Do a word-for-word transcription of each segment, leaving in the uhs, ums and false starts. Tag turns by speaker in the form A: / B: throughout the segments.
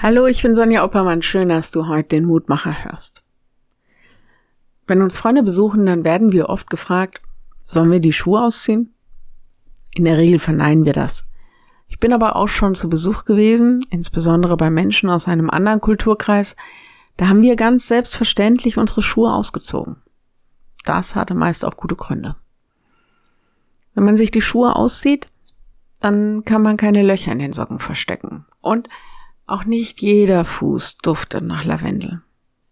A: Hallo, ich bin Sonja Oppermann. Schön, dass du heute den Mutmacher hörst. Wenn uns Freunde besuchen, dann werden wir oft gefragt, sollen wir die Schuhe ausziehen? In der Regel verneinen wir das. Ich bin aber auch schon zu Besuch gewesen, insbesondere bei Menschen aus einem anderen Kulturkreis. Da haben wir ganz selbstverständlich unsere Schuhe ausgezogen. Das hatte meist auch gute Gründe. Wenn man sich die Schuhe auszieht, dann kann man keine Löcher in den Socken verstecken. Und auch nicht jeder Fuß duftet nach Lavendel.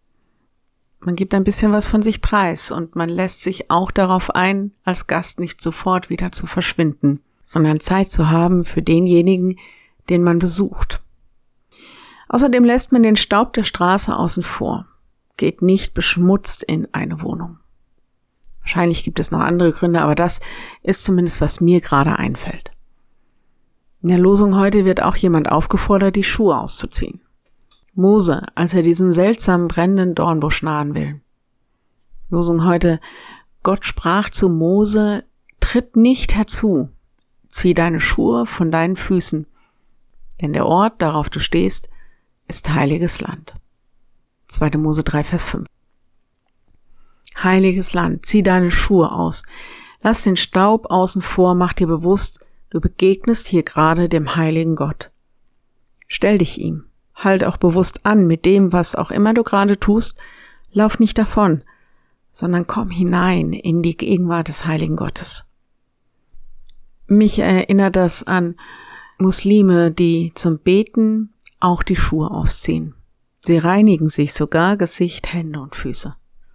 A: Man gibt ein bisschen was von sich preis und man lässt sich auch darauf ein, als Gast nicht sofort wieder zu verschwinden, sondern Zeit zu haben für denjenigen, den man besucht. Außerdem lässt man den Staub der Straße außen vor, geht nicht beschmutzt in eine Wohnung. Wahrscheinlich gibt es noch andere Gründe, aber das ist zumindest, was mir gerade einfällt. In der Losung heute wird auch jemand aufgefordert, die Schuhe auszuziehen. Mose, als er diesen seltsamen brennenden Dornbusch nahen will. Losung heute: Gott sprach zu Mose: Tritt nicht herzu, zieh deine Schuhe von deinen Füßen, denn der Ort, darauf du stehst, ist heiliges Land. zweiter Mose drei, Vers fünf. Heiliges Land, zieh deine Schuhe aus, lass den Staub außen vor, mach dir bewusst, du begegnest hier gerade dem heiligen Gott. Stell dich ihm, halt auch bewusst an mit dem, was auch immer du gerade tust, lauf nicht davon, sondern komm hinein in die Gegenwart des heiligen Gottes. Mich erinnert das an Muslime, die zum Beten auch die Schuhe ausziehen. Sie reinigen sich sogar Gesicht, Hände und Füße.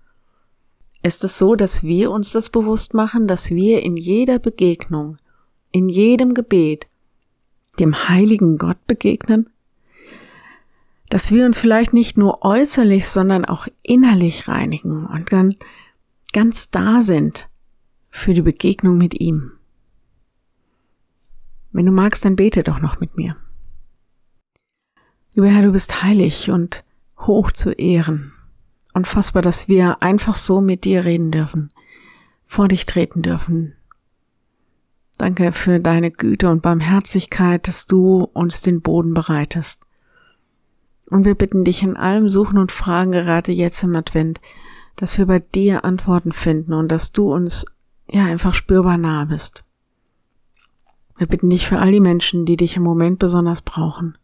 A: Ist es so, dass wir uns das bewusst machen, dass wir in jeder Begegnung, in jedem Gebet dem heiligen Gott begegnen? Dass wir uns vielleicht nicht nur äußerlich, sondern auch innerlich reinigen und dann ganz da sind für die Begegnung mit ihm. Wenn du magst, dann bete doch noch mit mir. Lieber Herr, du bist heilig und hoch zu ehren. Unfassbar, dass wir einfach so mit dir reden dürfen, vor dich treten dürfen. Danke für deine Güte und Barmherzigkeit, dass du uns den Boden bereitest. Und wir bitten dich in allem Suchen und Fragen, gerade jetzt im Advent, dass wir bei dir Antworten finden und dass du uns ja einfach spürbar nahe bist. Wir bitten dich für all die Menschen, die dich im Moment besonders brauchen.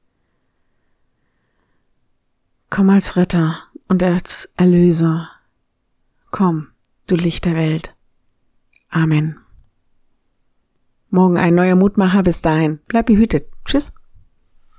A: Komm als Retter und als Erlöser. Komm, du Licht der Welt. Amen. Morgen ein neuer Mutmacher. Bis dahin, bleib behütet. Tschüss.